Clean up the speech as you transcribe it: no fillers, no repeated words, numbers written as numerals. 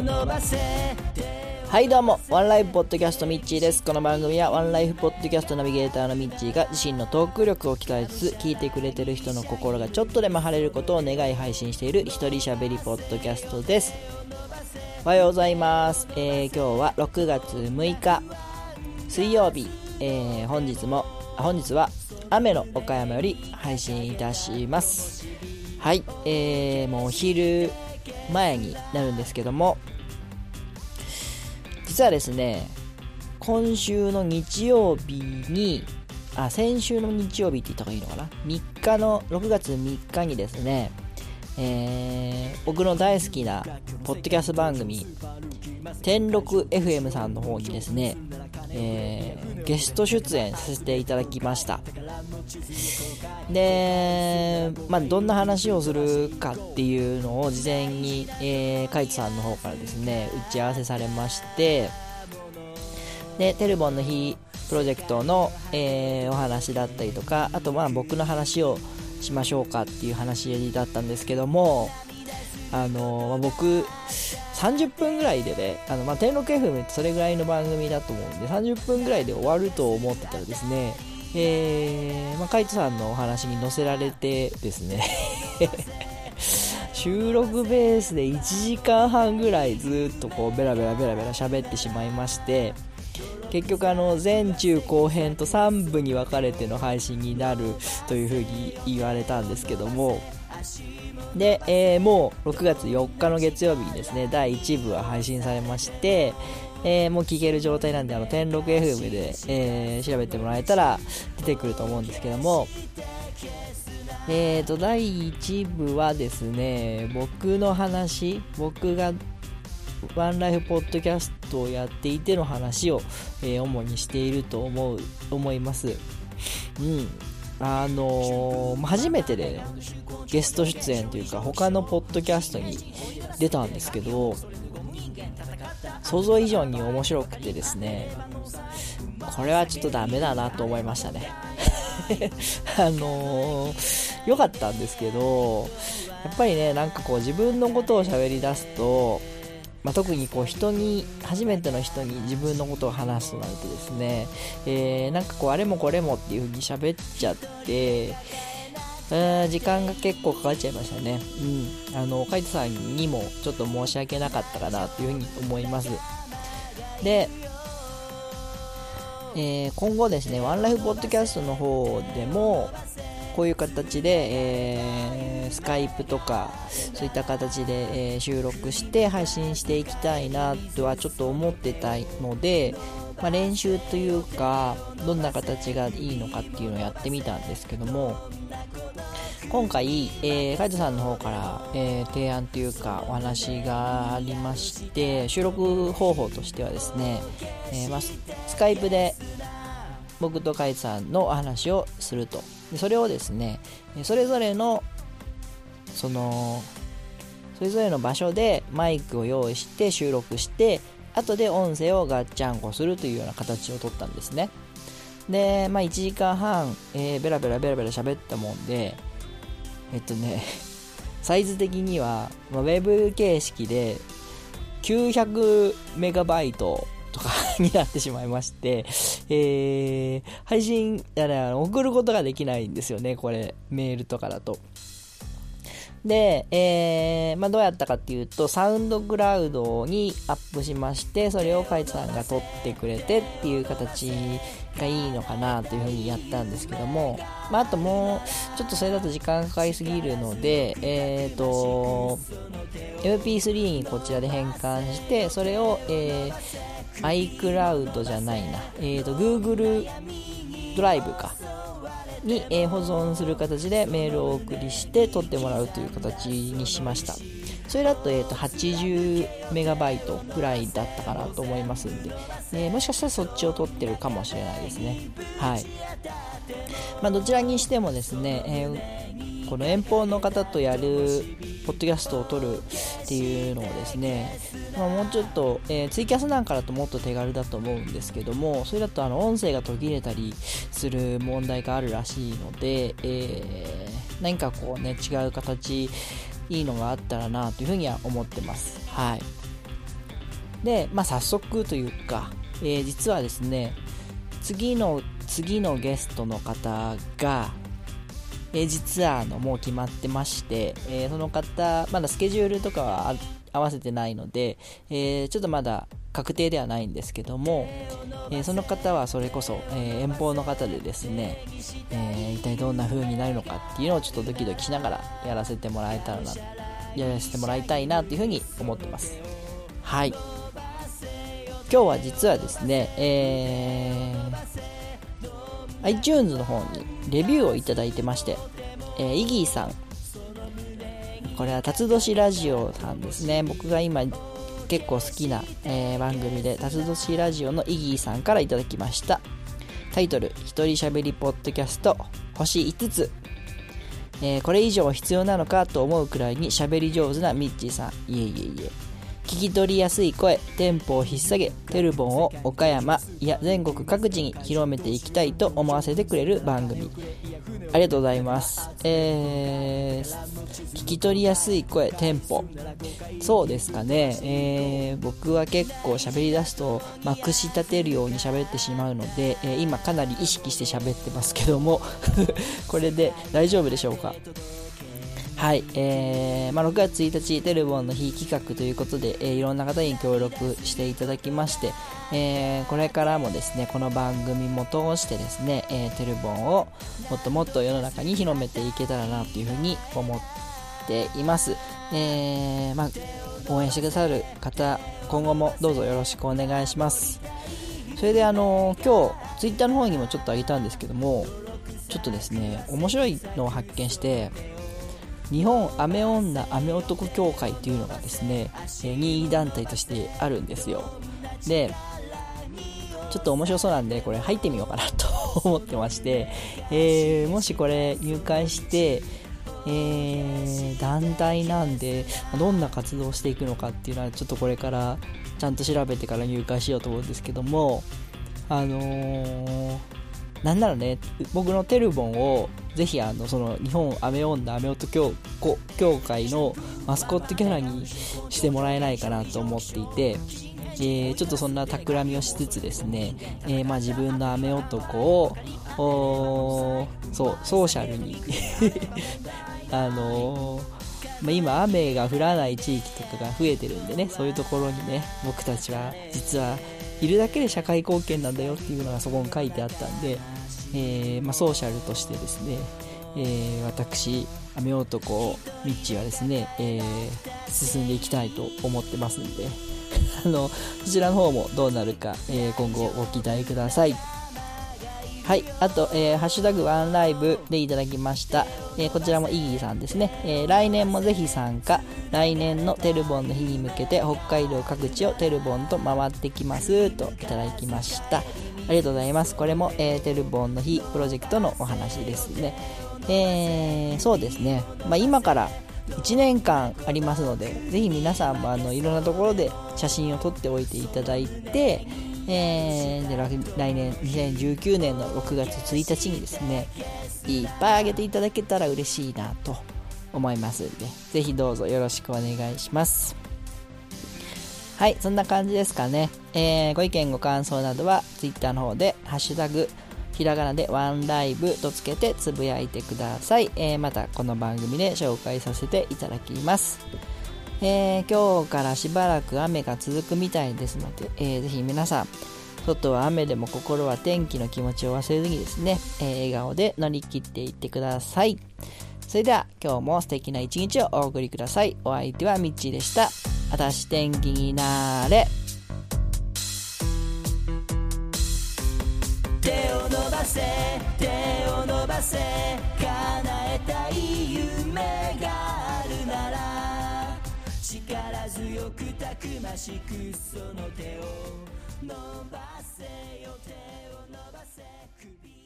はいどうも、ワンライフポッドキャストミッチーです。この番組はワンライフポッドキャストナビゲーターのミッチーが自身のトーク力を鍛えつつ、聞いてくれてる人の心がちょっとでも晴れることを願い配信している一人喋りポッドキャストです。おはようございます。今日は6月6日水曜日、本日は雨の岡山より配信いたします。はい、もうお昼前になるんですけども、実はですね、先週の日曜日って言った方がいいのかな、6月3日にですね、僕の大好きなポッドキャスト番組天禄 FM さんの方にですね、ゲスト出演させていただきました。で、どんな話をするかっていうのを事前に、カイトさんの方からですね打ち合わせされまして、でテルボンの日プロジェクトの、お話だったりとか、あと僕の話をしましょうかっていう話だったんですけども、僕30分ぐらいでね、天禄 FM ってそれぐらいの番組だと思うんで30分ぐらいで終わると思ってたらですね、カイトさんのお話に載せられてですね収録ベースで1時間半ぐらいずっとこうベラベラ喋ってしまいまして、結局前中後編と3部に分かれての配信になるというふうに言われたんですけども、で、もう6月4日の月曜日にですね第1部は配信されまして、もう聞ける状態なんで天禄 FM で、調べてもらえたら出てくると思うんですけども、第1部はですね、僕がワンライフポッドキャストをやっていての話を、主にしていると思います。初めてで、ゲスト出演というか他のポッドキャストに出たんですけど、想像以上に面白くてですね、これはちょっとダメだなと思いましたね良かったんですけど、やっぱりね、自分のことを喋り出すと、特に初めての人に自分のことを話すとなるとですね、あれもこれもっていう風に喋っちゃって、時間が結構かかっちゃいましたね。カイトさんにもちょっと申し訳なかったかなという風に思います。で、今後ですね、ワンライフポッドキャストの方でもこういう形で、スカイプとかそういった形で、収録して配信していきたいなとはちょっと思ってたので、練習というかどんな形がいいのかっていうのをやってみたんですけども、今回、カイトさんの方から、提案というかお話がありまして、収録方法としてはですね、スカイプで僕とカイトさんのお話をすると、それをですねそれぞれの場所でマイクを用意して収録して、後で音声をガッチャンコするというような形を取ったんですね。で、1時間半、ベラベラ喋ったもんで、サイズ的には、ウェブ形式で900メガバイトとかになってしまいまして、配信送ることができないんですよね、これメールとかだと。で、どうやったかっていうと、サウンドクラウドにアップしまして、それをカイトさんが撮ってくれてっていう形がいいのかなというふうにやったんですけども、あともうちょっとそれだと時間かかりすぎるので、MP3 にこちらで変換して、それを、iCloud じゃないな、Google ドライブに、保存する形でメールをお送りして撮ってもらうという形にしました。それだと、80メガバイトくらいだったかなと思いますんで、もしかしたらそっちを撮ってるかもしれないですね。はい。どちらにしてもですね、この遠方の方とやるポッドキャストを撮るっていうのをですね、もうちょっと、ツイキャスなんかだともっと手軽だと思うんですけども、それだと音声が途切れたりする問題があるらしいので、何かこうね、違う形いいのがあったらなというふうには思ってます。はい。 で、早速というか、実はですね、次のゲストの方が、実はもう決まってまして、その方まだスケジュールとかは合わせてないので、ちょっとまだ確定ではないんですけども、その方はそれこそ、遠方の方でですね、一体どんな風になるのかっていうのをちょっとドキドキしながらやらせてもらいたいなっていう風に思ってます。はい、今日は実はですね、iTunes の方にレビューをいただいてまして、イギーさん、これは辰年ラジオさんですね。僕が今結構好きな、番組で、辰年ラジオのイギーさんからいただきました。タイトル、一人しゃべりポッドキャスト、星5つ、これ以上必要なのかと思うくらいに喋り上手なミッチーさん、いえ聞き取りやすい声、テンポを引っ提げ、テルボンを岡山、いや全国各地に広めていきたいと思わせてくれる番組、ありがとうございます。聞き取りやすい声、テンポ、そうですかね。僕は結構喋り出すとまくし立てるように喋ってしまうので、今かなり意識して喋ってますけどもこれで大丈夫でしょうか。はい、6月1日テルボンの日企画ということで、いろんな方に協力していただきまして、これからもですね、この番組も通してですね、テルボンをもっともっと世の中に広めていけたらなというふうに思っています。応援してくださる方、今後もどうぞよろしくお願いします。それで今日ツイッターの方にもちょっとあげたんですけども、ちょっとですね、面白いのを発見して、日本アメ女アメ男協会っていうのがですね、任意団体としてあるんですよ。で、ちょっと面白そうなんでこれ入ってみようかなと思ってまして、もしこれ入会して、団体なんでどんな活動をしていくのかっていうのはちょっとこれからちゃんと調べてから入会しようと思うんですけども、なんならね、僕のテルボンをぜひその日本アメ女アメ男協会のマスコットキャラにしてもらえないかなと思っていて、ちょっとそんな企みをしつつですね、自分のアメ男をソーシャルに今雨が降らない地域とかが増えてるんでね、そういうところにね、僕たちは実はいるだけで社会貢献なんだよっていうのがそこに書いてあったんで、ソーシャルとしてですね、私アメ男ミッチーはですね、進んでいきたいと思ってますんでそちらの方もどうなるか、今後ご期待ください。はい、あと、ハッシュタグワンライブでいただきました、こちらもイギーさんですね、来年もぜひ参加、来年のテルボンの日に向けて北海道各地をテルボンと回ってきますといただきました。ありがとうございます。これも、テルボンの日プロジェクトのお話ですね。そうですね、今から1年間ありますので、ぜひ皆さんもいろんなところで写真を撮っておいていただいて、で来年2019年の6月1日にですね、いっぱいあげていただけたら嬉しいなと思いますので、ぜひどうぞよろしくお願いします。はい、そんな感じですかね。ご意見ご感想などは Twitter の方でハッシュタグひらがなでワンライブとつけてつぶやいてください。またこの番組で紹介させていただきます。今日からしばらく雨が続くみたいですので、ぜひ皆さん、外は雨でも心は天気の気持ちを忘れずにですね、笑顔で乗り切っていってください。それでは今日も素敵な一日をお送りください。お相手はミッチーでした。あたし天気になれ。手を伸ばせ叶えたい夢があるなら、力強くたくましくその手を伸ばせよ、手を伸ばせ首